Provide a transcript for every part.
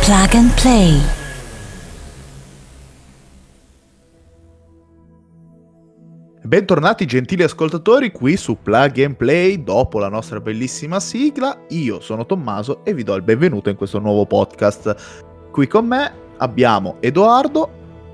Plug and Play. Bentornati gentili ascoltatori qui su Plug and Play. Dopo la nostra bellissima sigla, io sono Tommaso e vi do il benvenuto in questo nuovo podcast. Qui con me abbiamo Edoardo.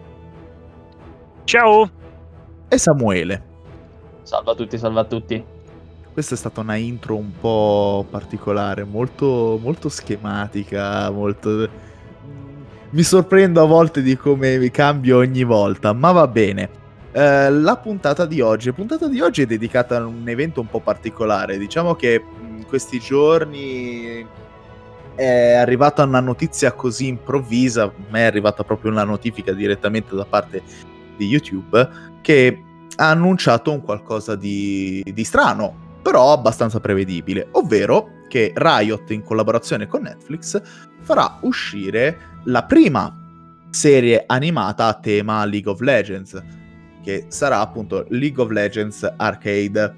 Ciao! E Samuele. Salve a tutti, salve a tutti. Questa è stata una intro un po' particolare, molto schematica, molto... Mi sorprendo a volte di come mi cambio ogni volta, ma va bene. La puntata di oggi è dedicata a un evento un po' particolare. Diciamo che in questi giorni è arrivata una notizia così improvvisa, a me è arrivata proprio una notifica direttamente da parte di YouTube che ha annunciato un qualcosa di strano, però abbastanza prevedibile, ovvero che Riot in collaborazione con Netflix farà uscire la prima serie animata a tema League of Legends, che sarà appunto League of Legends Arcade.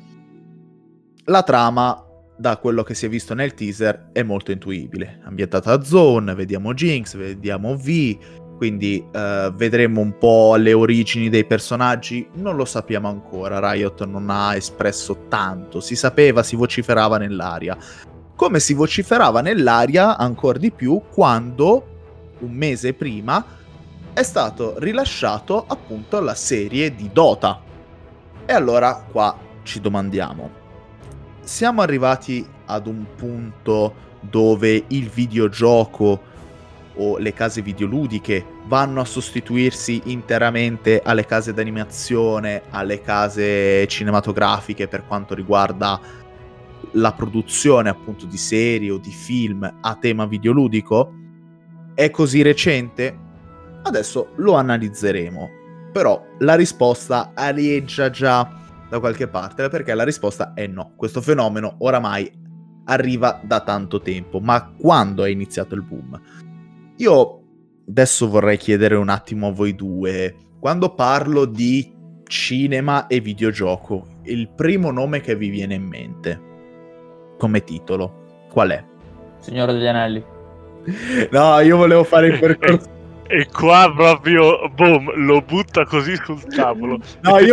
La trama, da quello che si è visto nel teaser, è molto intuibile. Ambientata a Zone, vediamo Jinx, vediamo V, quindi vedremo un po' le origini dei personaggi. Non lo sappiamo ancora, Riot non ha espresso tanto. Si sapeva, si vociferava nell'aria. Come si vociferava nell'aria ancora di più quando, un mese prima, è stato rilasciato appunto la serie di Dota. E allora qua ci domandiamo: siamo arrivati ad un punto dove il videogioco o le case videoludiche vanno a sostituirsi interamente alle case d'animazione, alle case cinematografiche per quanto riguarda la produzione appunto di serie o di film a tema videoludico? È così recente? Adesso lo analizzeremo, però la risposta aleggia già da qualche parte, perché la risposta è no. Questo fenomeno oramai arriva da tanto tempo, ma quando è iniziato il boom? Io adesso vorrei chiedere un attimo a voi due, quando parlo di cinema e videogioco, il primo nome che vi viene in mente come titolo qual è? Signore degli Anelli. No, io volevo fare il percorso. E qua proprio, boom, lo butta così sul tavolo. No, io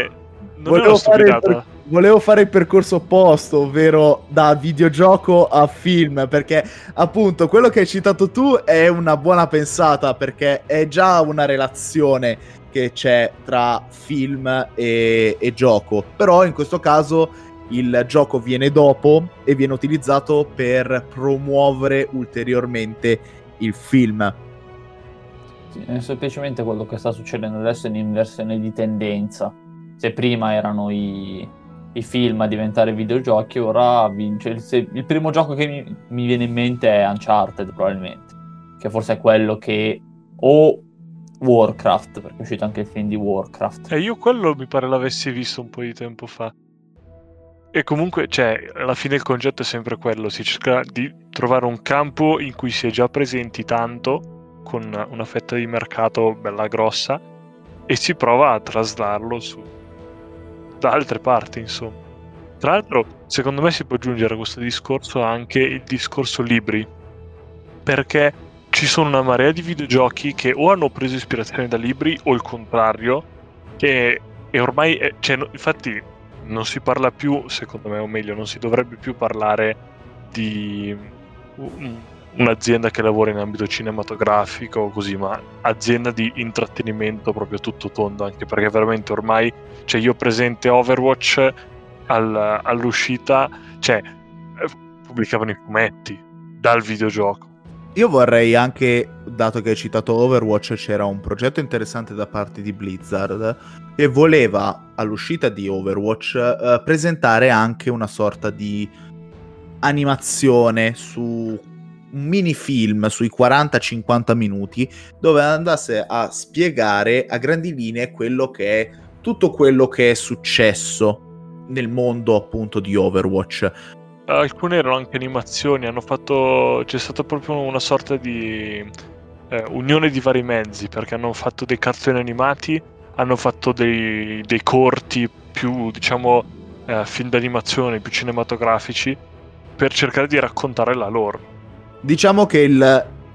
volevo volevo fare il percorso opposto, ovvero da videogioco a film, perché appunto quello che hai citato tu è una buona pensata, perché è già una relazione che c'è tra film e gioco, però in questo caso il gioco viene dopo e viene utilizzato per promuovere ulteriormente il film. È semplicemente quello che sta succedendo adesso è un'inversione di tendenza. Se prima erano i film a diventare videogiochi, ora vince il primo gioco che mi viene in mente è Uncharted, probabilmente, che forse è quello che... o Warcraft, perché è uscito anche il film di Warcraft. E io quello mi pare l'avessi visto un po' di tempo fa. E comunque, cioè, alla fine il concetto è sempre quello, si cerca di trovare un campo in cui si è già presenti tanto, con una fetta di mercato bella grossa, e si prova a traslarlo da altre parti, insomma. Tra l'altro, secondo me si può aggiungere a questo discorso anche il discorso libri, perché ci sono una marea di videogiochi che o hanno preso ispirazione da libri o il contrario, e ormai infatti non si parla più, secondo me, o meglio, non si dovrebbe più parlare di un'azienda che lavora in ambito cinematografico o così, ma azienda di intrattenimento proprio tutto tondo, anche perché veramente ormai, cioè, io presente Overwatch all'uscita, cioè, pubblicavano i fumetti dal videogioco. Io vorrei anche, dato che hai citato Overwatch, c'era un progetto interessante da parte di Blizzard che voleva, all'uscita di Overwatch, presentare anche una sorta di animazione su un mini film sui 40-50 minuti, dove andasse a spiegare a grandi linee quello che è tutto quello che è successo nel mondo appunto di Overwatch. Alcune erano anche animazioni, c'è stata proprio una sorta di unione di vari mezzi, perché hanno fatto dei cartoni animati, hanno fatto dei corti più, diciamo, film d'animazione, più cinematografici, per cercare di raccontare la lore. Diciamo che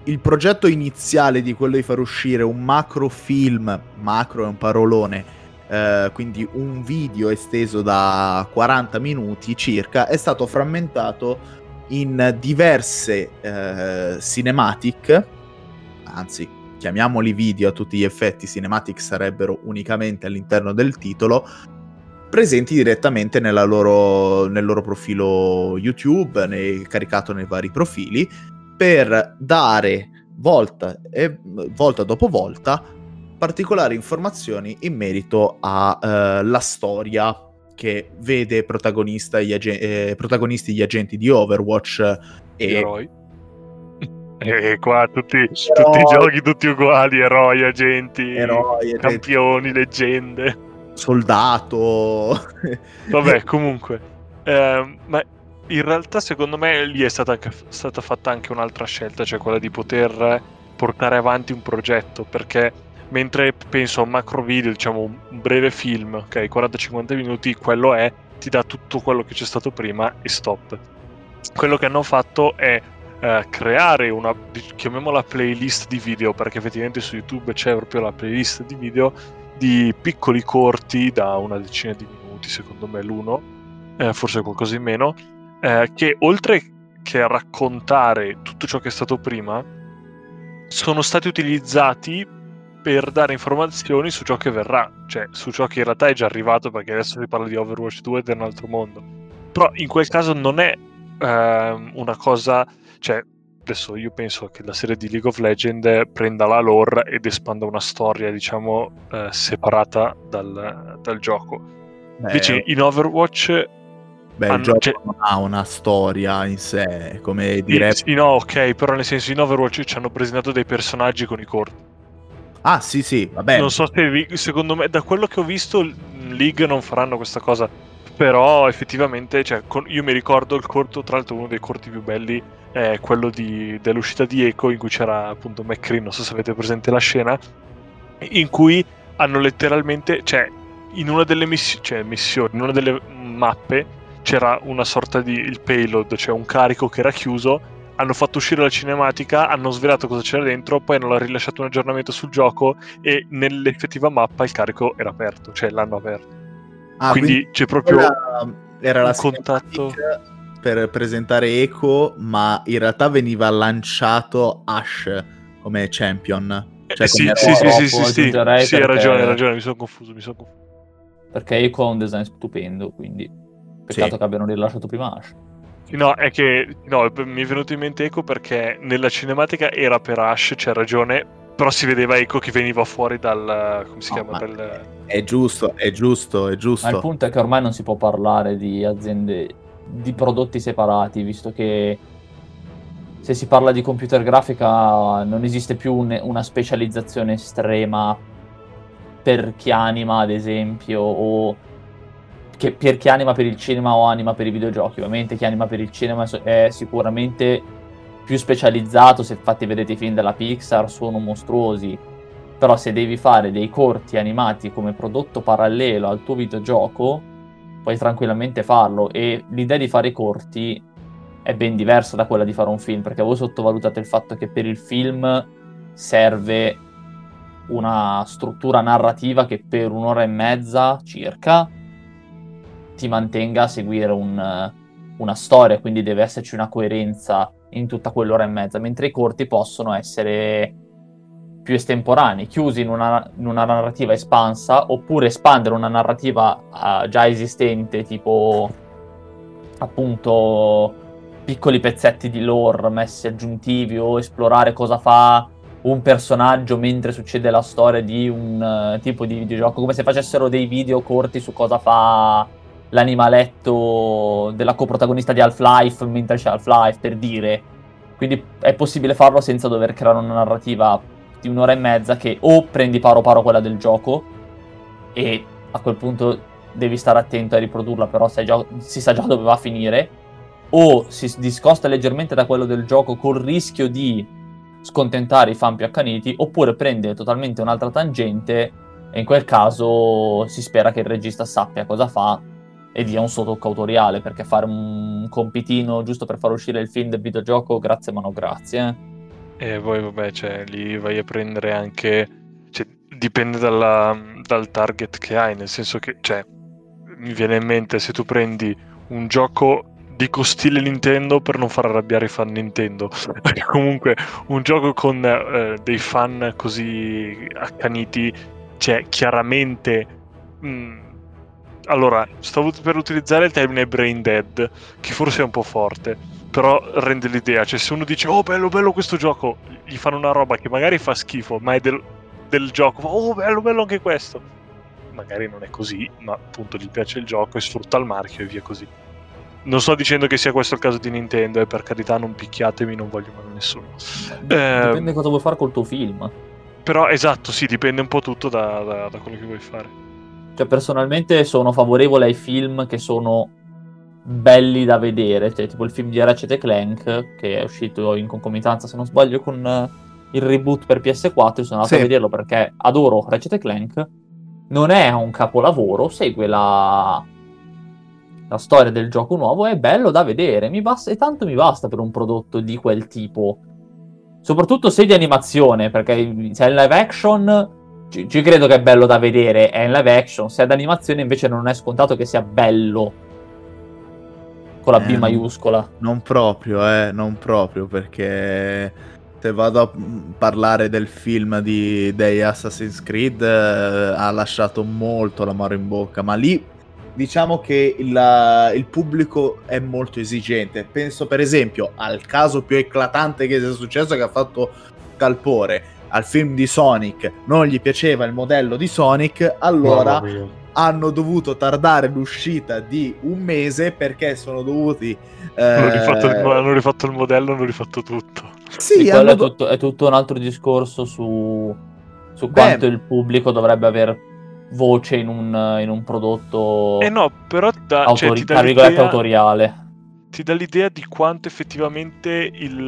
il progetto iniziale di quello di far uscire un macrofilm, macro è un parolone, quindi un video esteso da 40 minuti circa, è stato frammentato in diverse cinematic, anzi chiamiamoli video a tutti gli effetti, cinematic sarebbero unicamente all'interno del titolo, presenti direttamente nel loro profilo YouTube, caricato nei vari profili, per dare volta dopo volta particolari informazioni in merito alla storia che vede protagonisti gli agenti di Overwatch e eroi. E qua tutti i giochi tutti uguali, eroi, agenti, campioni, leggende, soldato. Vabbè, comunque, ma in realtà secondo me lì è stata fatta anche un'altra scelta, cioè quella di poter portare avanti un progetto, perché mentre penso a un macro video, diciamo un breve film, ok, 40-50 minuti, quello ti dà tutto quello che c'è stato prima e stop. Quello che hanno fatto è creare una, chiamiamola playlist di video, perché effettivamente su YouTube c'è proprio la playlist di video di piccoli corti da una decina di minuti, secondo me l'uno, forse qualcosa in meno, che oltre che a raccontare tutto ciò che è stato prima, sono stati utilizzati per dare informazioni su ciò che verrà, cioè su ciò che in realtà è già arrivato, perché adesso si parla di Overwatch 2 ed è un altro mondo. Però in quel caso non è una cosa, cioè adesso io penso che la serie di League of Legends prenda la lore ed espanda una storia, diciamo, separata dal gioco. Invece in Overwatch il gioco non ha una storia in sé, come direbbe. Sì, no, ok, però nel senso in Overwatch ci hanno presentato dei personaggi con i corti. Ah, sì, vabbè. Non so se secondo me, da quello che ho visto, in League non faranno questa cosa. Però effettivamente, cioè, io mi ricordo il corto, tra l'altro uno dei corti più belli è quello dell'uscita di Echo, in cui c'era appunto McCree, non so se avete presente la scena, in cui hanno letteralmente, cioè, in una delle missioni, in una delle mappe, c'era una sorta di il payload, cioè un carico che era chiuso. Hanno fatto uscire la cinematica, hanno svelato cosa c'era dentro, poi hanno rilasciato un aggiornamento sul gioco e nell'effettiva mappa il carico era aperto, cioè l'hanno aperto. Quindi c'è proprio era un contatto per presentare Echo, ma in realtà veniva lanciato Ashe come champion. Cioè sì, hai ragione, mi sono confuso. Perché Echo ha un design stupendo, quindi peccato che abbiano rilasciato prima Ashe. No, è che mi è venuto in mente Echo perché nella cinematica era per Ashe, c'è ragione, però si vedeva Echo che veniva fuori dal, come si chiama? È giusto. Ma il punto è che ormai non si può parlare di aziende, di prodotti separati, visto che se si parla di computer grafica non esiste più una specializzazione estrema per chi anima, ad esempio, o per chi anima per il cinema o anima per i videogiochi. Ovviamente chi anima per il cinema è sicuramente più specializzato, se infatti vedete i film della Pixar sono mostruosi, però se devi fare dei corti animati come prodotto parallelo al tuo videogioco puoi tranquillamente farlo, e l'idea di fare i corti è ben diversa da quella di fare un film, perché voi sottovalutate il fatto che per il film serve una struttura narrativa che per 1 ora e mezza circa ti mantenga a seguire una storia, quindi deve esserci una coerenza in tutta quell'ora e mezza, mentre i corti possono essere più estemporanei, chiusi in una narrativa espansa, oppure espandere una narrativa già esistente, tipo appunto piccoli pezzetti di lore messi aggiuntivi, o esplorare cosa fa un personaggio mentre succede la storia di un tipo di videogioco, come se facessero dei video corti su cosa fa l'animaletto della coprotagonista di Half-Life mentre c'è Half-Life, per dire. Quindi è possibile farlo senza dover creare una narrativa di 1 ora e mezza che o prendi paro paro quella del gioco e a quel punto devi stare attento a riprodurla, però si sa già dove va a finire, o si discosta leggermente da quello del gioco col rischio di scontentare i fan più accaniti, oppure prende totalmente un'altra tangente e in quel caso si spera che il regista sappia cosa fa e dia un suo tocco autoriale, perché fare un compitino giusto per far uscire il film del videogioco, grazie ma no grazie. E poi vabbè, cioè, lì vai a prendere anche... Cioè, dipende dal target che hai, nel senso che, cioè, mi viene in mente se tu prendi un gioco, dico stile Nintendo per non far arrabbiare i fan Nintendo, perché comunque un gioco con dei fan così accaniti, cioè, chiaramente... allora, stavo per utilizzare il termine brain dead, che forse è un po' forte, però rende l'idea, cioè se uno dice oh bello bello questo gioco, gli fanno una roba che magari fa schifo, ma è del gioco, oh bello bello anche questo, magari non è così, ma appunto gli piace il gioco e sfrutta il marchio e via così. Non sto dicendo che sia questo il caso di Nintendo, e per carità non picchiatemi, non voglio male a nessuno. Dipende cosa vuoi fare col tuo film. Però esatto, sì, dipende un po' tutto da quello che vuoi fare. Cioè, personalmente sono favorevole ai film che sono belli da vedere, cioè tipo il film di Ratchet & Clank, che è uscito in concomitanza, se non sbaglio, con il reboot per PS4. Sono andato a vederlo perché adoro Ratchet & Clank. Non è un capolavoro, segue la storia del gioco nuovo, è bello da vedere, e tanto mi basta per un prodotto di quel tipo. Soprattutto se di animazione, perché se è in live action ci credo che è bello da vedere, è in live action. Se è d'animazione invece non è scontato che sia bello con la B maiuscola. Non proprio, perché se vado a parlare del film dei Assassin's Creed, ha lasciato molto l'amaro in bocca, ma lì diciamo che il pubblico è molto esigente. Penso per esempio al caso più eclatante che sia successo, che ha fatto scalpore al film di Sonic. Non gli piaceva il modello di Sonic, allora hanno dovuto tardare l'uscita di un mese perché sono dovuti hanno rifatto il modello, hanno rifatto tutto. Sì, è tutto un altro discorso su quanto il pubblico dovrebbe aver voce in un prodotto però ti dà autoriale. Ti dà l'idea di quanto effettivamente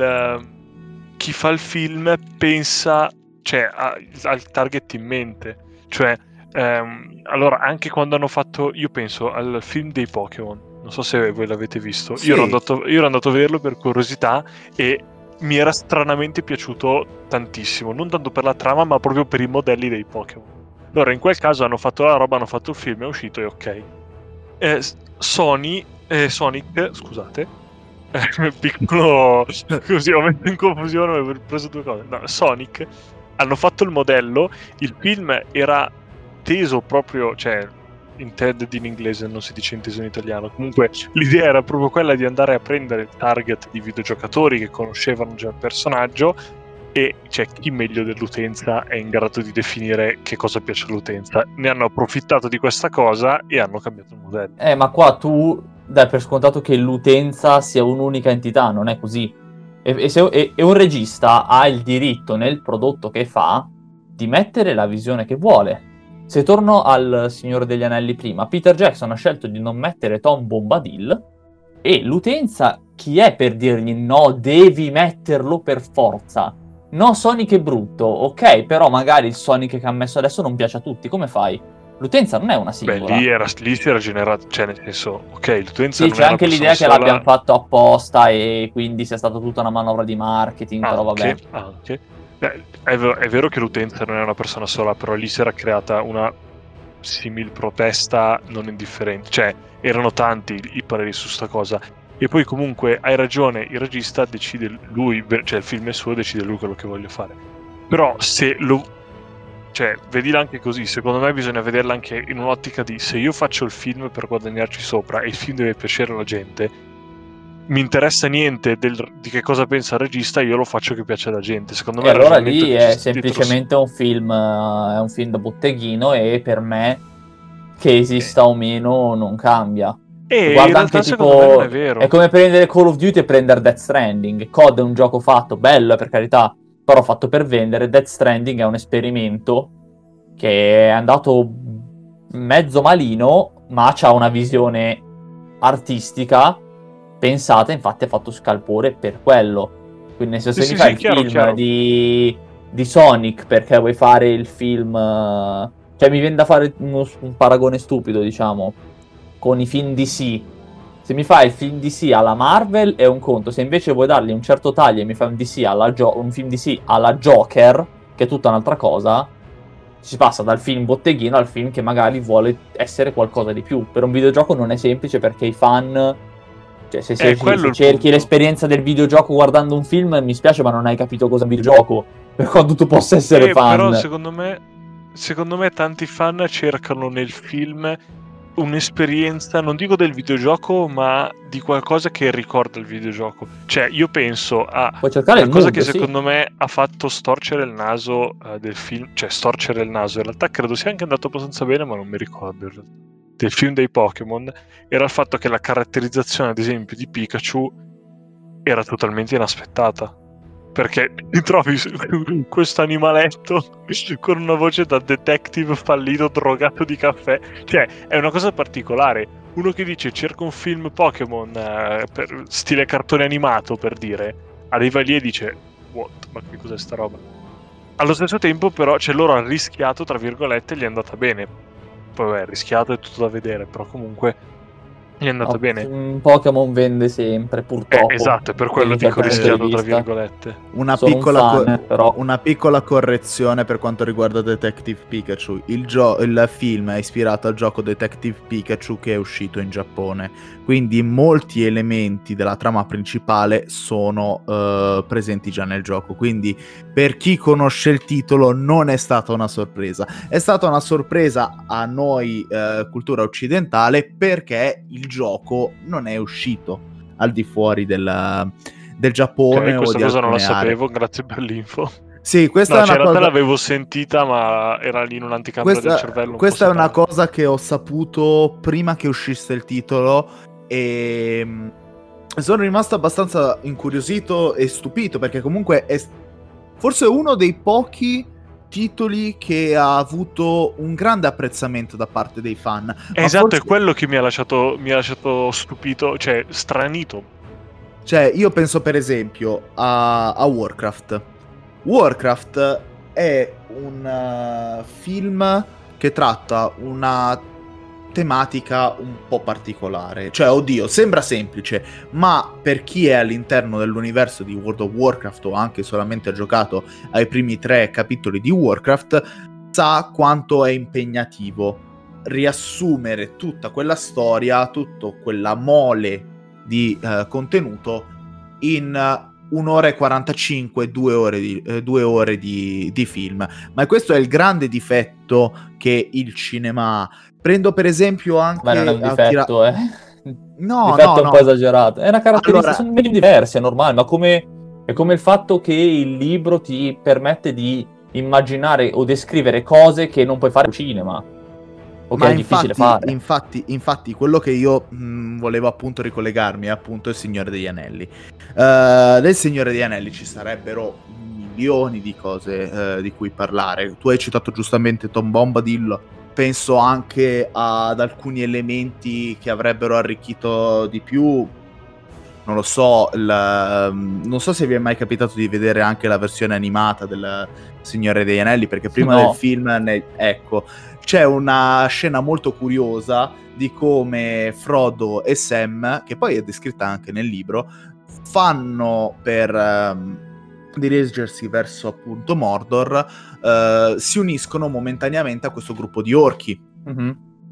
chi fa il film pensa, cioè al target in mente. Cioè allora, anche quando hanno fatto, io penso al film dei Pokémon, non so se voi l'avete visto. Sì. Io ero andato a vederlo per curiosità e mi era stranamente piaciuto tantissimo, non tanto per la trama ma proprio per i modelli dei Pokémon. Allora in quel caso hanno fatto la roba, hanno fatto il film, è uscito e ok. Sonic, scusate, piccolo così ho messo in confusione, ho preso due cose. No, Sonic, hanno fatto il modello, il film era teso proprio, cioè intended in inglese, non si dice inteso in italiano. Comunque l'idea era proprio quella di andare a prendere il target di videogiocatori che conoscevano già il personaggio, e c'è chi meglio dell'utenza è in grado di definire che cosa piace all'utenza. Ne hanno approfittato di questa cosa e hanno cambiato il modello. Ma qua tu dai per scontato che l'utenza sia un'unica entità, non è così. E un regista ha il diritto nel prodotto che fa di mettere la visione che vuole. Se torno al Signore degli Anelli prima, Peter Jackson ha scelto di non mettere Tom Bombadil, e l'utenza chi è per dirgli no, devi metterlo per forza? No, Sonic è brutto, ok, però magari il Sonic che ha messo adesso non piace a tutti, come fai? L'utenza non è una singola. Beh, lì si era generato, cioè nel senso, ok, l'utenza sì, non c'è anche l'idea che l'abbiano fatto apposta e quindi sia stata tutta una manovra di marketing, però vabbè. Anche. È vero che l'utenza non è una persona sola, però lì si era creata una simil protesta non indifferente, cioè erano tanti i pareri su sta cosa. E poi comunque hai ragione, il regista decide lui, cioè il film è suo, decide lui quello che voglio fare. Però se cioè vedila anche così, secondo me bisogna vederla anche in un'ottica di: se io faccio il film per guadagnarci sopra e il film deve piacere alla gente, mi interessa niente di che cosa pensa il regista, io lo faccio che piace alla gente. Secondo me allora lì è semplicemente un film da botteghino, e per me che esista o meno non cambia. Guarda, anche tipo è come prendere Call of Duty e prendere Death Stranding. COD è un gioco fatto bello, per carità, però fatto per vendere. Death Stranding è un esperimento che è andato mezzo malino, ma c'ha una visione artistica pensata, infatti ha fatto scalpore per quello. Quindi se mi fai il film di Sonic perché vuoi fare il film, cioè mi viene da fare un paragone stupido, diciamo, con i film DC, Se mi fai il film DC alla Marvel è un conto, se invece vuoi dargli un certo taglio e mi fai un film DC alla Joker, che è tutta un'altra cosa, si passa dal film botteghino al film che magari vuole essere qualcosa di più. Per un videogioco non è semplice perché i fan... Cioè, se cerchi l'esperienza del videogioco guardando un film, mi spiace ma non hai capito cosa è un videogioco, per quanto tu possa essere fan. Però secondo me tanti fan cercano nel film un'esperienza, non dico del videogioco, ma di qualcosa che ricorda il videogioco. Cioè, io penso a qualcosa che secondo me ha fatto storcere il naso del film, cioè storcere il naso, in realtà credo sia anche andato abbastanza bene, ma non mi ricordo, del film dei Pokémon, era il fatto che la caratterizzazione, ad esempio, di Pikachu era totalmente inaspettata. Perché ti trovi questo animaletto con una voce da detective fallito drogato di caffè. Cioè, è una cosa particolare. Uno che dice cerca un film Pokémon per stile cartone animato, per dire, arriva lì e dice what? Ma che cos'è sta roba? Allo stesso tempo però, cioè, loro hanno rischiato, tra virgolette, gli è andata bene. Poi vabbè, rischiato è tutto da vedere, però comunque gli è andata bene. Un Pokémon vende sempre, purtroppo. Esatto, è per quello dico rischiato tra virgolette. Una piccola correzione per quanto riguarda Detective Pikachu. Il film è ispirato al gioco Detective Pikachu che è uscito in Giappone, quindi molti elementi della trama principale sono presenti già nel gioco, quindi per chi conosce il titolo non è stata una sorpresa. È stata una sorpresa a noi cultura occidentale perché il gioco non è uscito al di fuori del Giappone. Questa o cosa non la aree. Sapevo, grazie per l'info. Sì, questa è una cosa... l'avevo sentita, ma era lì in un'anticamera del cervello. Questa è una cosa che ho saputo prima che uscisse il titolo e sono rimasto abbastanza incuriosito e stupito perché comunque è forse uno dei pochi titoli che ha avuto un grande apprezzamento da parte dei fan. Esatto, è quello che mi ha lasciato stupito, cioè stranito. Cioè, io penso per esempio a Warcraft. Warcraft è un film che tratta una tematica un po' particolare. Cioè, oddio, sembra semplice, ma per chi è all'interno dell'universo di World of Warcraft o anche solamente ha giocato ai primi 3 capitoli di Warcraft, sa quanto è impegnativo riassumere tutta quella storia, tutto quella mole di contenuto in 1 ora e 45, 2 ore di film. Ma questo è il grande difetto che il cinema ha. Prendo per esempio anche... Ma non è un difetto, No, difetto è un po' esagerato. È una caratteristica, sono meglio diversi, è normale, ma è come il fatto che il libro ti permette di immaginare o descrivere cose che non puoi fare al cinema. Ma è difficile fare. Infatti, quello che io volevo appunto ricollegarmi è appunto il Signore degli Anelli. Del Signore degli Anelli ci sarebbero milioni di cose di cui parlare. Tu hai citato giustamente Tom Bombadil. Penso anche ad alcuni elementi che avrebbero arricchito di più. Non lo so, non so se vi è mai capitato di vedere anche la versione animata del Signore degli Anelli, perché prima del film, ecco, c'è una scena molto curiosa di come Frodo e Sam, che poi è descritta anche nel libro, fanno per dirigersi verso appunto Mordor, si uniscono momentaneamente a questo gruppo di orchi. Mm-hmm.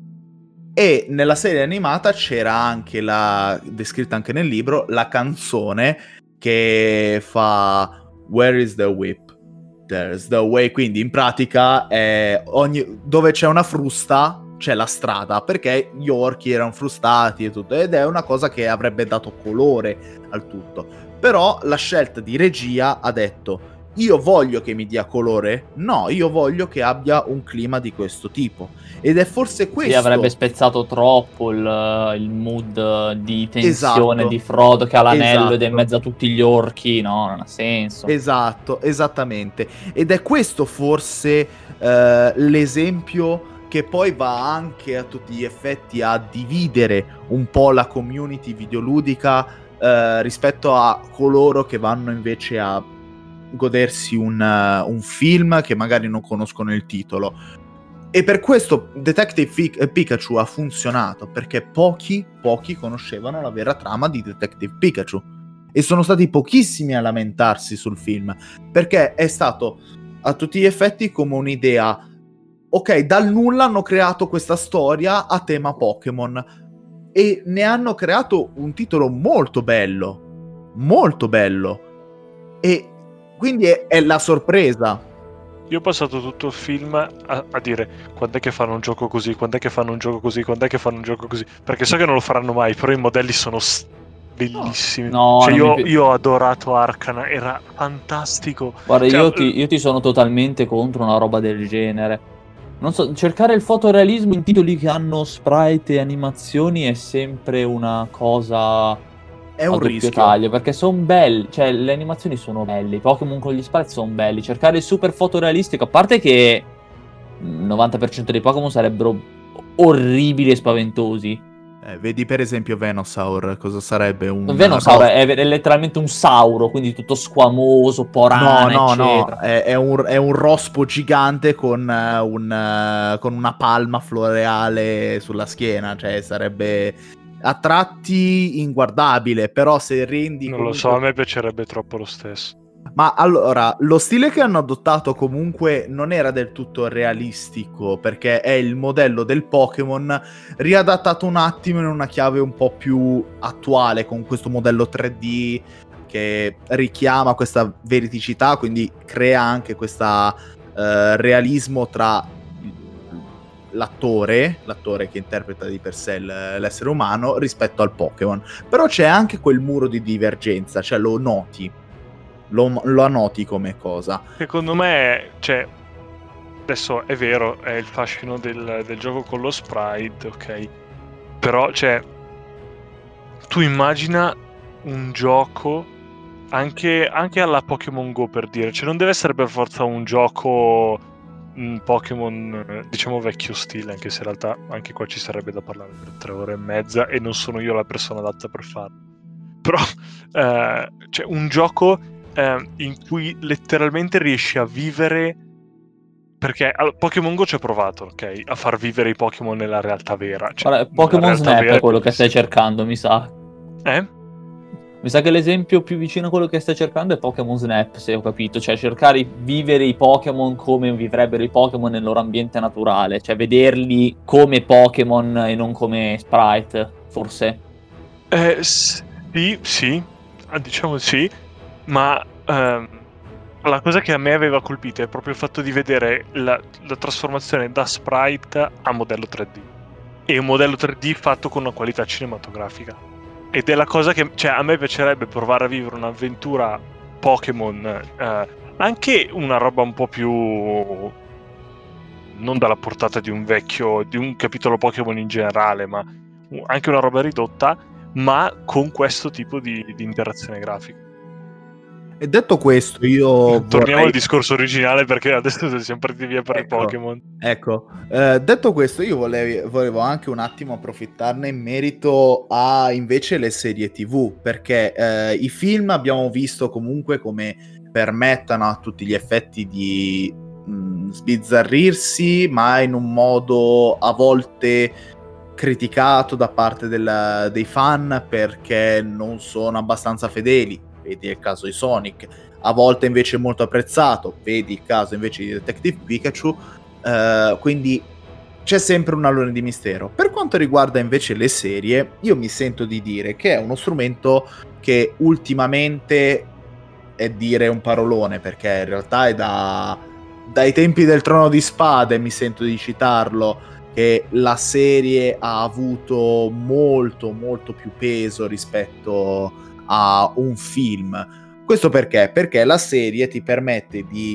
E nella serie animata c'era anche descritta anche nel libro, la canzone che fa Where is the whip? There's the way. Quindi in pratica dove c'è una frusta c'è la strada, perché gli orchi erano frustati e tutto, ed è una cosa che avrebbe dato colore al tutto. Però la scelta di regia ha detto: io voglio che mi dia colore? No, io voglio che abbia un clima di questo tipo. Ed è forse questo... Sì, avrebbe spezzato troppo il mood di tensione di Frodo che ha l'anello ed è in mezzo a tutti gli orchi. No, non ha senso. Esatto, esattamente. Ed è questo forse l'esempio che poi va anche a tutti gli effetti a dividere un po' la community videoludica rispetto a coloro che vanno invece a godersi un film che magari non conoscono il titolo. E per questo Detective Pikachu ha funzionato, perché pochi conoscevano la vera trama di Detective Pikachu. E sono stati pochissimi a lamentarsi sul film, perché è stato a tutti gli effetti come un'idea. Ok, dal nulla hanno creato questa storia a tema Pokémon e ne hanno creato un titolo molto bello, e quindi è la sorpresa. Io ho passato tutto il film a dire quando è che fanno un gioco così, quando è che fanno un gioco così, quando è che fanno un gioco così, perché so che non lo faranno mai, però i modelli sono bellissimi. No, Cioè, non mi io ho adorato Arcana, era fantastico. Guarda, Cioè, io ti sono totalmente contro una roba del genere. Non so, cercare il fotorealismo in titoli che hanno sprite e animazioni è sempre una cosa È a un doppio rischio. taglio, perché sono belli, cioè le animazioni sono belle, i Pokémon con gli sprite sono belli. Cercare il super fotorealistico, a parte che il 90% dei Pokémon sarebbero orribili e spaventosi. Vedi per esempio Venusaur, cosa sarebbe un Venusaur è letteralmente un sauro, quindi tutto squamoso, porana, no, eccetera. è un rospo gigante con una palma floreale sulla schiena, cioè sarebbe a tratti inguardabile, però se rendi non lo so, a me piacerebbe troppo lo stesso. Ma allora, lo stile che hanno adottato comunque non era del tutto realistico, perché è il modello del Pokémon riadattato un attimo in una chiave un po' più attuale, con questo modello 3D che richiama questa veridicità, quindi crea anche questo realismo tra l'attore che interpreta di per sé l'essere umano rispetto al Pokémon. Però c'è anche quel muro di divergenza, cioè lo noti. Lo annoti come cosa. Secondo me, cioè, adesso è vero, è il fascino del gioco con lo sprite, ok? Però, cioè, tu immagina un gioco anche alla Pokémon Go, per dire, cioè non deve essere per forza un gioco Pokémon, diciamo vecchio stile, anche se in realtà anche qua ci sarebbe da parlare per 3 ore e mezza e non sono io la persona adatta per farlo. Però, cioè, un gioco in cui letteralmente riesci a vivere, perché Pokémon Go ci ho provato, ok, a far vivere i Pokémon nella realtà vera. Cioè, Guarda, Pokémon Snap è quello che stai bellissimo. cercando, mi sa. Mi sa che l'esempio più vicino a quello che stai cercando è Pokémon Snap, se ho capito. Cioè, cercare di vivere i Pokémon come vivrebbero i Pokémon nel loro ambiente naturale. Cioè, vederli come Pokémon e non come sprite, forse. Sì, diciamo sì, ma la cosa che a me aveva colpito è proprio il fatto di vedere la trasformazione da sprite a modello 3D. E un modello 3D fatto con una qualità cinematografica. Ed è la cosa che, cioè, a me piacerebbe provare a vivere un'avventura Pokémon, anche una roba un po' più non dalla portata di un capitolo Pokémon in generale, ma anche una roba ridotta, ma con questo tipo di interazione grafica. E detto questo, io torniamo al discorso originale, perché adesso siamo partiti via per i Pokémon. Ecco, detto questo, io volevo anche un attimo approfittarne in merito a invece le serie TV, perché i film abbiamo visto comunque come permettano a tutti gli effetti di sbizzarrirsi, ma in un modo a volte criticato da parte dei fan perché non sono abbastanza fedeli. Vedi il caso di Sonic. A volte invece molto apprezzato, vedi il caso invece di Detective Pikachu. Quindi c'è sempre un alone di mistero. Per quanto riguarda invece le serie, io mi sento di dire che è uno strumento che ultimamente è dire un parolone, perché in realtà è dai tempi del Trono di Spade, mi sento di citarlo, che la serie ha avuto molto molto più peso rispetto a un film. Questo perché? Perché la serie ti permette di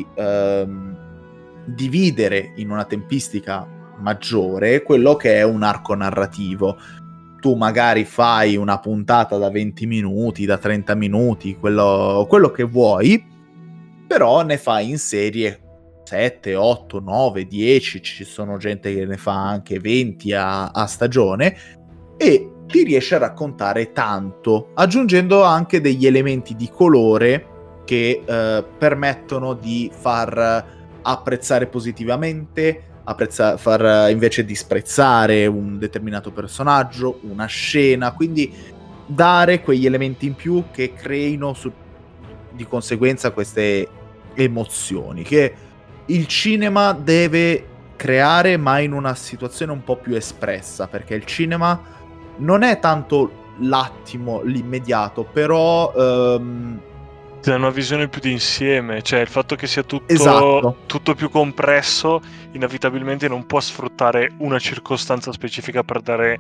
dividere in una tempistica maggiore quello che è un arco narrativo. Tu magari fai una puntata da 20 minuti, da 30 minuti, quello che vuoi, però ne fai in serie 7, 8, 9, 10, ci sono gente che ne fa anche 20 a stagione, e ti riesce a raccontare tanto, aggiungendo anche degli elementi di colore che permettono di far apprezzare positivamente far invece disprezzare un determinato personaggio, una scena, quindi dare quegli elementi in più che creino di conseguenza queste emozioni che il cinema deve creare, ma in una situazione un po' più espressa, perché il cinema non è tanto l'attimo, l'immediato, però C'è una visione più d'insieme, cioè il fatto che sia Esatto. tutto più compresso inevitabilmente non può sfruttare una circostanza specifica per dare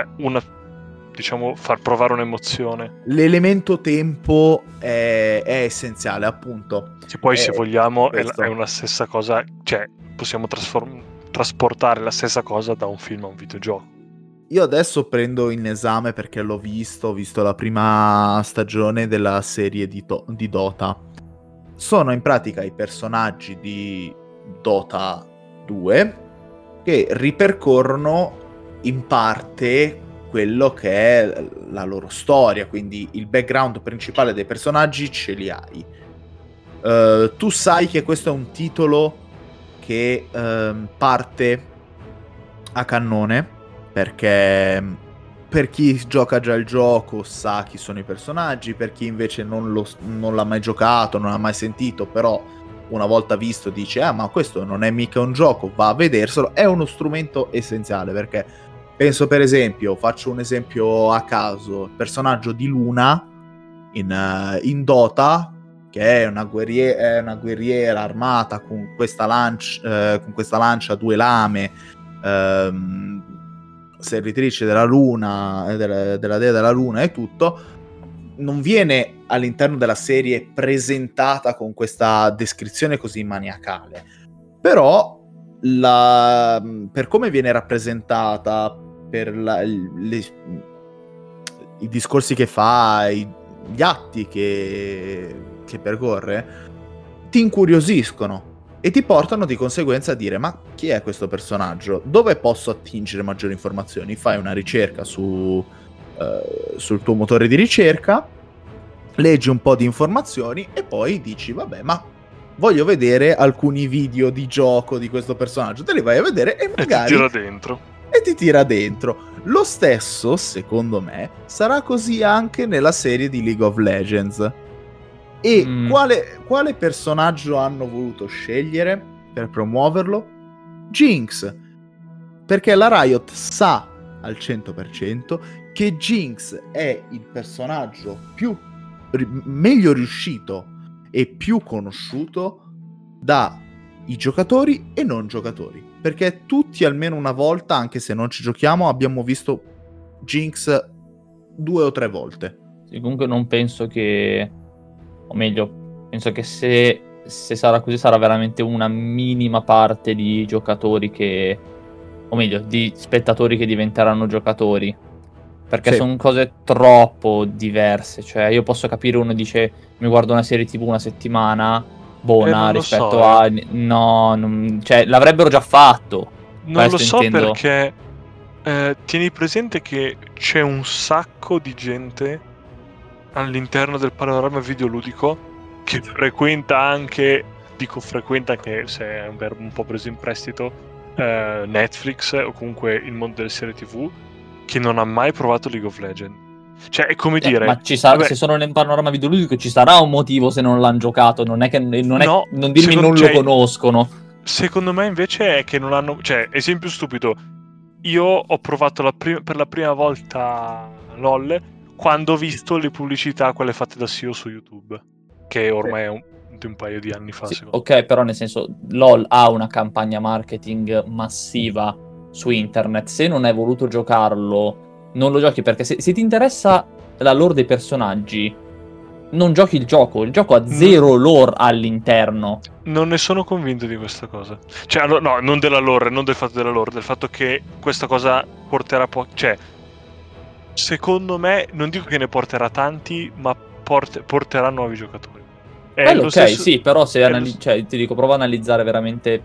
far provare un'emozione. L'elemento tempo è essenziale, appunto. Che poi, se vogliamo, questo. è una stessa cosa, cioè possiamo trasportare la stessa cosa da un film a un videogioco. Io adesso prendo in esame, perché ho visto la prima stagione della serie di Dota. Sono in pratica i personaggi di Dota 2 che ripercorrono in parte quello che è la loro storia, quindi il background principale dei personaggi ce li hai. Tu sai che questo è un titolo che parte a cannone, perché per chi gioca già il gioco sa chi sono i personaggi, per chi invece non l'ha mai giocato, non l'ha mai sentito, però una volta visto dice ma questo non è mica un gioco, va a vederselo. È uno strumento essenziale, perché penso, per esempio, faccio un esempio a caso, il personaggio di Luna in Dota, che è una guerriera armata con questa lancia a due lame, servitrice della luna, della dea della luna e tutto, non viene all'interno della serie presentata con questa descrizione così maniacale, però per come viene rappresentata, per i discorsi che fa, gli atti che percorre, ti incuriosiscono e ti portano di conseguenza a dire: ma chi è questo personaggio? Dove posso attingere maggiori informazioni? Fai una ricerca sul tuo motore di ricerca, leggi un po' di informazioni e poi dici: vabbè, ma voglio vedere alcuni video di gioco di questo personaggio. Te li vai a vedere e magari ti tira dentro. Lo stesso, secondo me, sarà così anche nella serie di League of Legends. E quale personaggio hanno voluto scegliere per promuoverlo? Jinx. Perché la Riot sa al 100% che Jinx è il personaggio meglio riuscito e più conosciuto dai giocatori e non giocatori. Perché tutti almeno una volta, anche se non ci giochiamo, abbiamo visto Jinx 2 o 3 volte. Sì, comunque non penso che... O meglio, penso che se sarà così sarà veramente una minima parte di giocatori che... O meglio, di spettatori che diventeranno giocatori. Perché sono cose troppo diverse. Cioè, io posso capire, uno dice: mi guardo una serie TV una settimana, buona rispetto a... No, cioè, l'avrebbero già fatto. Non lo so, intendo. Perché tieni presente che c'è un sacco di gente all'interno del panorama videoludico che frequenta anche, dico frequenta che se è un verbo un po' preso in prestito, Netflix o comunque il mondo delle serie TV, che non ha mai provato League of Legends. Cioè, è come dire... Ma ci sarà, se sono nel panorama videoludico ci sarà un motivo se non l'hanno giocato, non è che non dirmi non lo conoscono. Secondo me invece è che non hanno... Cioè, esempio stupido, io ho provato per la prima volta LOL quando ho visto le pubblicità, quelle fatte da CEO su YouTube, che ormai è un paio di anni fa. Sì, ok, però nel senso, LOL ha una campagna marketing massiva su internet. Se non hai voluto giocarlo, non lo giochi, perché se ti interessa la lore dei personaggi, non giochi il gioco ha zero lore all'interno. Non ne sono convinto di questa cosa. Cioè, no, non della lore, non del fatto della lore, del fatto che questa cosa porterà cioè, secondo me, non dico che ne porterà tanti, ma porterà nuovi giocatori. Quello, ok, sì, però se cioè, ti dico, prova a analizzare veramente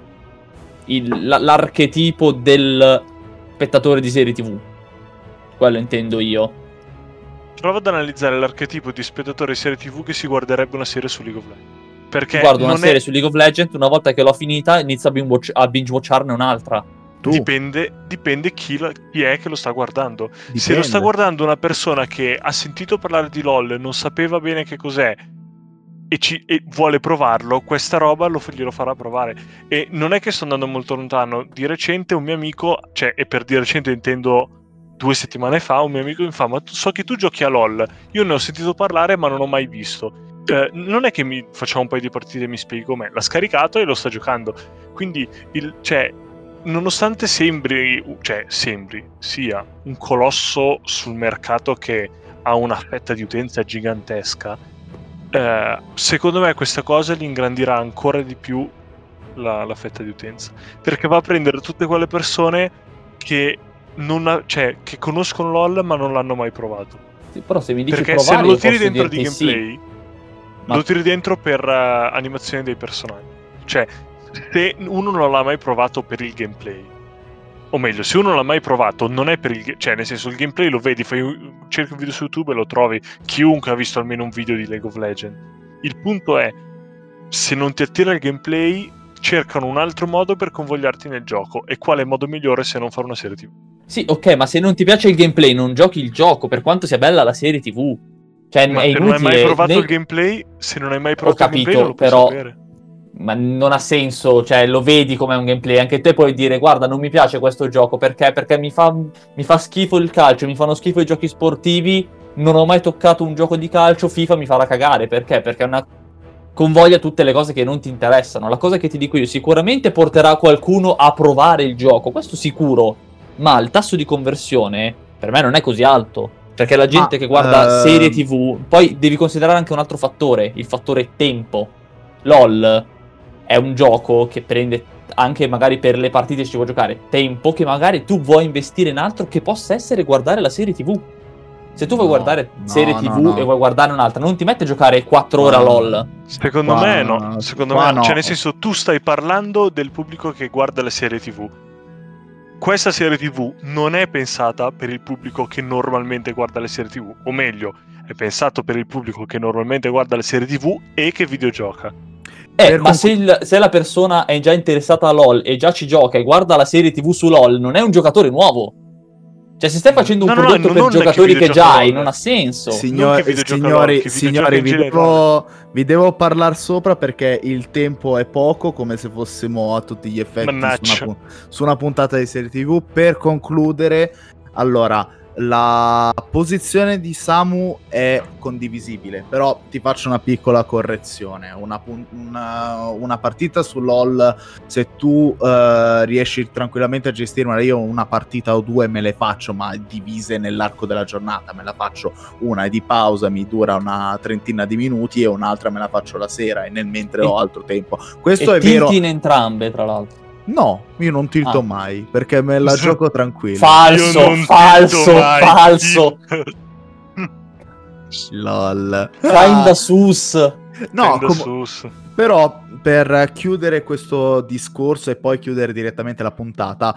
l'archetipo del spettatore di serie TV. Quello intendo io. Prova ad analizzare l'archetipo di spettatore di serie TV che si guarderebbe una serie su League of Legends. Perché guardo una non serie su League of Legends, una volta che l'ho finita inizio a binge-watcharne un'altra. Dipende chi è che lo sta guardando. Dipende. Se lo sta guardando una persona che ha sentito parlare di LOL, non sapeva bene che cos'è e vuole provarlo, questa roba glielo farà provare. E non è che sto andando molto lontano. Di recente un mio amico, cioè, e per di recente intendo 2 settimane fa, un mio amico mi fa: ma so che tu giochi a LOL, io ne ho sentito parlare ma non ho mai visto. Non è che mi facciamo un paio di partite e mi spieghi com'è. L'ha scaricato e lo sta giocando. Quindi nonostante sembri sia un colosso sul mercato che ha una fetta di utenza gigantesca, secondo me questa cosa gli ingrandirà ancora di più la fetta di utenza, perché va a prendere tutte quelle persone che che conoscono LOL ma non l'hanno mai provato. Sì, però se mi dici perché provare, se lo tiri posso dentro di dirti gameplay, Ma- lo tiri dentro per animazione dei personaggi. Cioè, se uno non l'ha mai provato per il gameplay, o meglio, se uno non l'ha mai provato non è per il cioè nel senso il gameplay lo vedi, cerchi un video su YouTube e lo trovi, chiunque ha visto almeno un video di League of Legends. Il punto è, se non ti attira il gameplay, cercano un altro modo per convogliarti nel gioco, e quale modo migliore se non fare una serie TV? Sì, ok, ma se non ti piace il gameplay non giochi il gioco, per quanto sia bella la serie TV. Cioè, Ma è se non hai mai inutile. provato il gameplay, se non hai mai provato Ho il gameplay non lo capito, puoi però sapere. ma non ha senso, cioè lo vedi come un gameplay, anche te puoi dire guarda non mi piace questo gioco perché mi fa schifo il calcio, mi fanno schifo i giochi sportivi, non ho mai toccato un gioco di calcio, FIFA mi farà cagare, perché? Perché è una convoglia tutte le cose che non ti interessano. La cosa che ti dico io, sicuramente porterà qualcuno a provare il gioco, questo sicuro, ma il tasso di conversione per me non è così alto, perché la gente che guarda serie TV, poi devi considerare anche un altro fattore, il fattore tempo. LOL è un gioco che prende anche magari per le partite ci vuoi giocare tempo che magari tu vuoi investire in altro che possa essere guardare la serie TV. Se tu vuoi guardare serie TV e vuoi guardare un'altra, non ti metti a giocare 4 ore a LOL. Secondo me no. Secondo me no. Cioè, nel senso, tu stai parlando del pubblico che guarda le serie TV. Questa serie TV non è pensata per il pubblico che normalmente guarda le serie TV. O meglio, è pensato per il pubblico che normalmente guarda le serie TV e che videogioca. Ma se la persona è già interessata a LOL e già ci gioca e guarda la serie TV su LOL, non è un giocatore nuovo. Cioè, se stai facendo un prodotto per giocatori che già hai, non ha senso. Signori, vi devo parlare sopra perché il tempo è poco, come se fossimo a tutti gli effetti su una puntata di serie TV. Per concludere, allora, la posizione di Samu è condivisibile, però ti faccio una piccola correzione. Una partita su LOL, se tu riesci tranquillamente a gestirla, io una partita o 2 me le faccio, ma divise nell'arco della giornata. Me la faccio una di pausa, mi dura una trentina di minuti, e un'altra me la faccio la sera, e nel mentre ho altro tempo. Questo è vero in entrambe, tra l'altro. No, io non tilto mai, perché me la gioco tranquillo. Falso. LOL. Kinda sus. No, però per chiudere questo discorso e poi chiudere direttamente la puntata,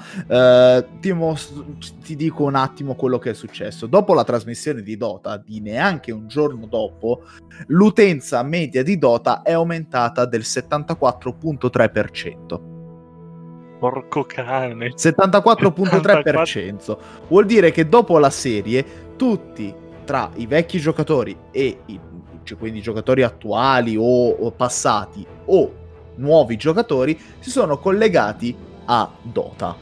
ti dico un attimo quello che è successo. Dopo la trasmissione di Dota, di neanche un giorno dopo, l'utenza media di Dota è aumentata del 74.3%. Porco cane. 74.3%. Vuol dire che dopo la serie tutti, tra i vecchi giocatori e quindi giocatori attuali o passati o nuovi giocatori, si sono collegati a Dota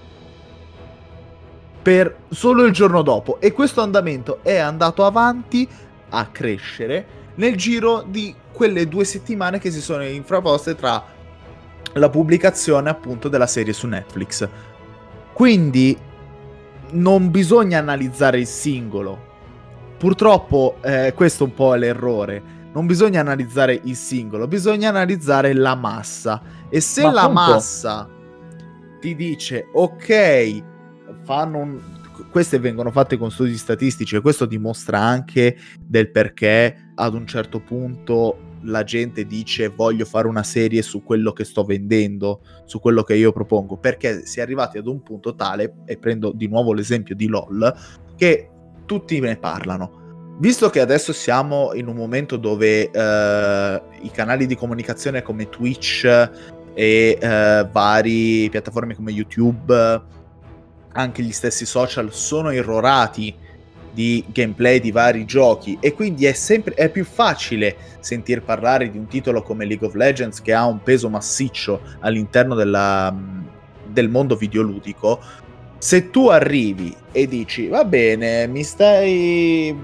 per solo il giorno dopo, e questo andamento è andato avanti a crescere nel giro di quelle 2 settimane che si sono infraposte tra la pubblicazione appunto della serie su Netflix. Quindi non bisogna analizzare il singolo. Purtroppo questo un po' è l'errore. Non bisogna analizzare il singolo, bisogna analizzare la massa. E se la massa ti dice ok, queste vengono fatte con studi statistici, e questo dimostra anche del perché ad un certo punto la gente dice voglio fare una serie su quello che sto vendendo, su quello che io propongo, perché si è arrivati ad un punto tale, e prendo di nuovo l'esempio di LOL, che tutti ne parlano. Visto che adesso siamo in un momento dove i canali di comunicazione come Twitch e varie piattaforme come YouTube, anche gli stessi social, sono irrorati di gameplay di vari giochi, e quindi è più facile sentir parlare di un titolo come League of Legends, che ha un peso massiccio all'interno del mondo videoludico. Se tu arrivi e dici va bene, mi stai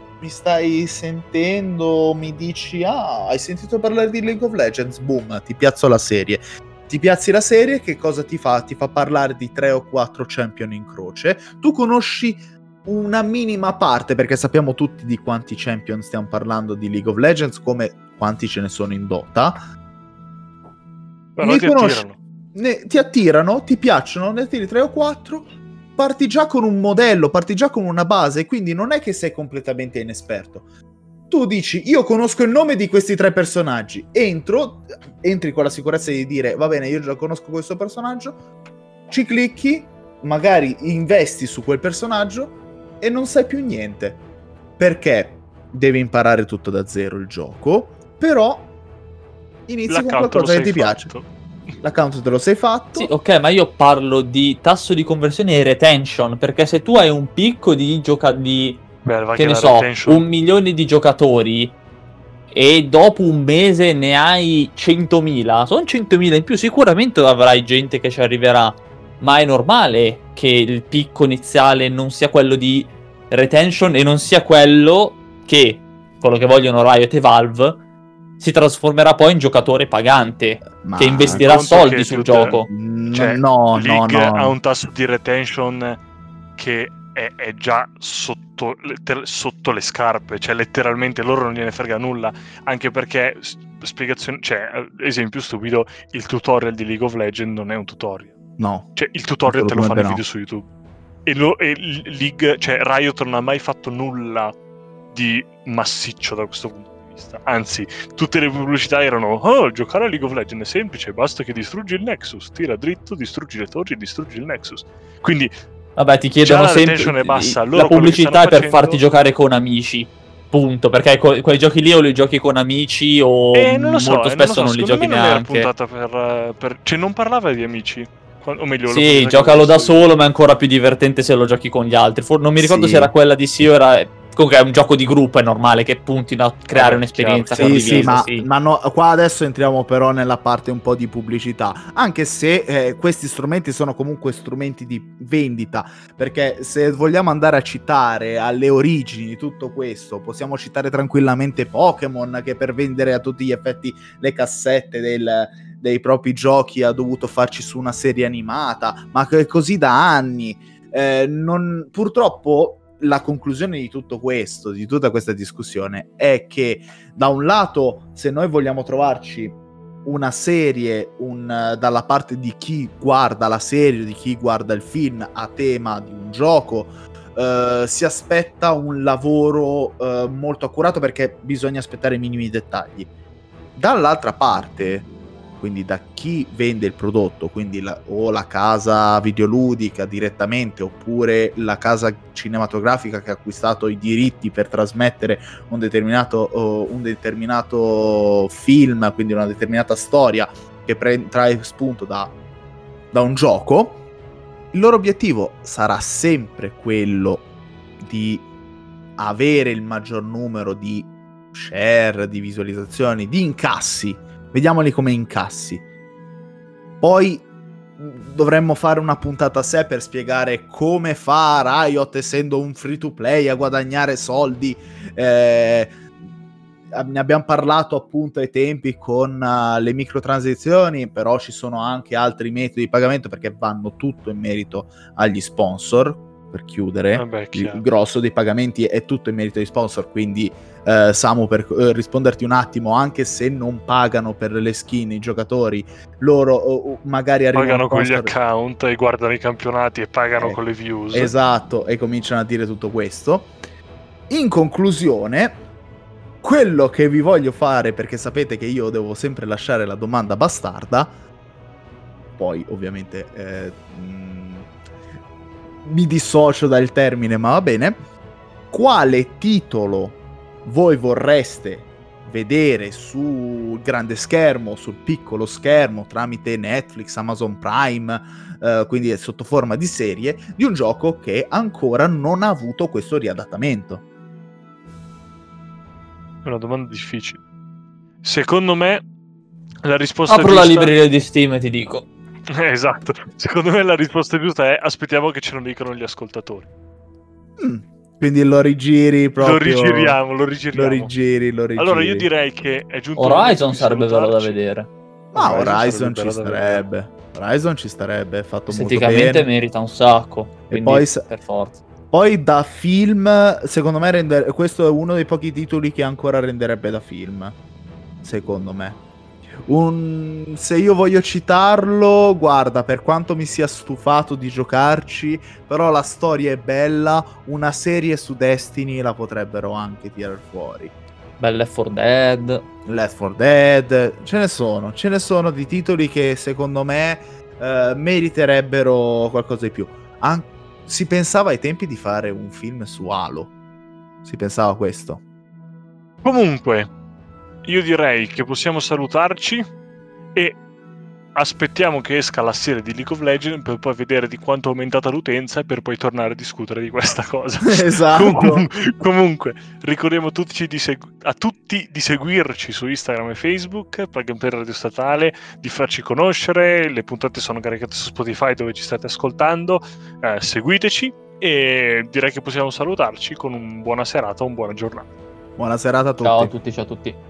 sentendo, mi dici hai sentito parlare di League of Legends, boom, ti piazzo la serie. Ti piazzi la serie, che cosa ti fa? Ti fa parlare di 3 o 4 champion in croce. Tu conosci una minima parte, perché sappiamo tutti di quanti champion stiamo parlando di League of Legends, come quanti ce ne sono in Dota. Però ti attirano, ti piacciono, ne attiri 3 o 4, parti già con un modello, parti già con una base, quindi non è che sei completamente inesperto. Tu dici, io conosco il nome di questi 3 personaggi, entri con la sicurezza di dire, va bene, io già conosco questo personaggio, ci clicchi, magari investi su quel personaggio e non sai più niente, perché devi imparare tutto da zero il gioco, però inizi con qualcosa che ti piace. L'account te lo sei fatto. Sì, ok, ma io parlo di tasso di conversione e retention, perché se tu hai un picco di che ne so, retention. 1 milione di giocatori e dopo un mese ne hai 100.000, sono 100.000 in più, sicuramente avrai gente che ci arriverà, ma è normale che il picco iniziale non sia quello di retention e non sia quello che vogliono Riot e Valve si trasformerà poi in giocatore pagante, che investirà soldi sul gioco. Cioè, League ha un tasso di retention che è già sotto le scarpe, cioè letteralmente loro non gliene frega nulla, anche perché spiegazione, cioè esempio stupido, il tutorial di League of Legends non è un tutorial. No. Cioè il tutorial te lo fanno i video su YouTube. E League, cioè Riot non ha mai fatto nulla di massiccio da questo punto di vista. Anzi, tutte le pubblicità erano giocare a League of Legends è semplice, basta che distruggi il Nexus, tira dritto, distruggi le torri e distruggi il Nexus. Quindi vabbè, ti chiedono sempre bassa. La pubblicità è per farti giocare con amici, punto, perché quei giochi lì o li giochi con amici o non lo so, molto spesso non li giochi neanche. Non era puntata cioè non parlava di amici, o meglio, sì, giocalo da solo, ma è ancora più divertente se lo giochi con gli altri. Non mi ricordo se era quella di Sio, comunque è un gioco di gruppo, è normale che puntino a creare un'esperienza condivisa. Ma no, qua adesso entriamo però nella parte un po' di pubblicità, anche se questi strumenti sono comunque strumenti di vendita, perché se vogliamo andare a citare alle origini di tutto questo, possiamo citare tranquillamente Pokémon, che per vendere a tutti gli effetti le cassette dei propri giochi ha dovuto farci su una serie animata, ma che è così da anni. Purtroppo la conclusione di tutto questo, di tutta questa discussione, è che da un lato, se noi vogliamo trovarci una serie dalla parte di chi guarda la serie, di chi guarda il film a tema di un gioco, si aspetta un lavoro molto accurato, perché bisogna aspettare i minimi dettagli. Dall'altra parte, quindi da chi vende il prodotto, quindi o la casa videoludica direttamente, oppure la casa cinematografica che ha acquistato i diritti per trasmettere un determinato film, quindi una determinata storia che trae spunto da un gioco, il loro obiettivo sarà sempre quello di avere il maggior numero di share, di visualizzazioni, di incassi. Vediamoli come incassi. Poi dovremmo fare una puntata a sé per spiegare come fa Riot, essendo un free to play, a guadagnare soldi. Ne abbiamo parlato appunto ai tempi con le microtransazioni, però ci sono anche altri metodi di pagamento, perché vanno tutto in merito agli sponsor. Per chiudere, il grosso dei pagamenti è tutto in merito ai sponsor, quindi Samu, per risponderti un attimo, anche se non pagano per le skin i giocatori, loro magari pagano con gli account e guardano i campionati e pagano con le views. Esatto, e cominciano a dire tutto questo. In conclusione, quello che vi voglio fare, perché sapete che io devo sempre lasciare la domanda bastarda, poi ovviamente mi dissocio dal termine, ma va bene. quale titolo voi vorreste vedere sul grande schermo, sul piccolo schermo, tramite Netflix, Amazon Prime, quindi sotto forma di serie, di un gioco che ancora non ha avuto questo riadattamento. È una domanda difficile. Secondo me la risposta Apro giusta... la libreria di Steam e ti dico. Esatto. Secondo me la risposta giusta è aspettiamo che ce lo dicano gli ascoltatori. Quindi lo rigiri proprio... Lo rigiri. Allora io direi che è giunto Horizon sarebbe bello da vedere. Ma Horizon ci starebbe. Horizon ci starebbe, fatto molto bene. Esteticamente merita un sacco. E poi per forza. Poi da film, secondo me questo è uno dei pochi titoli che ancora renderebbe da film. Secondo me. Se io voglio citarlo, guarda, per quanto mi sia stufato di giocarci, però la storia è bella, una serie su Destiny la potrebbero anche tirar fuori. Left 4 Dead. Left 4 Dead, ce ne sono di titoli che secondo me meriterebbero qualcosa di più. Si pensava ai tempi di fare un film su Halo, si pensava a questo. Comunque io direi che possiamo salutarci e aspettiamo che esca la serie di League of Legends per poi vedere di quanto è aumentata l'utenza e per poi tornare a discutere di questa cosa. Esatto. Comunque ricordiamo a tutti di seguirci su Instagram e Facebook, Plug and Play Radio Statale, di farci conoscere. Le puntate sono caricate su Spotify dove ci state ascoltando, seguiteci e direi che possiamo salutarci con una buona serata, una buona giornata. Buona serata a tutti. Ciao a tutti.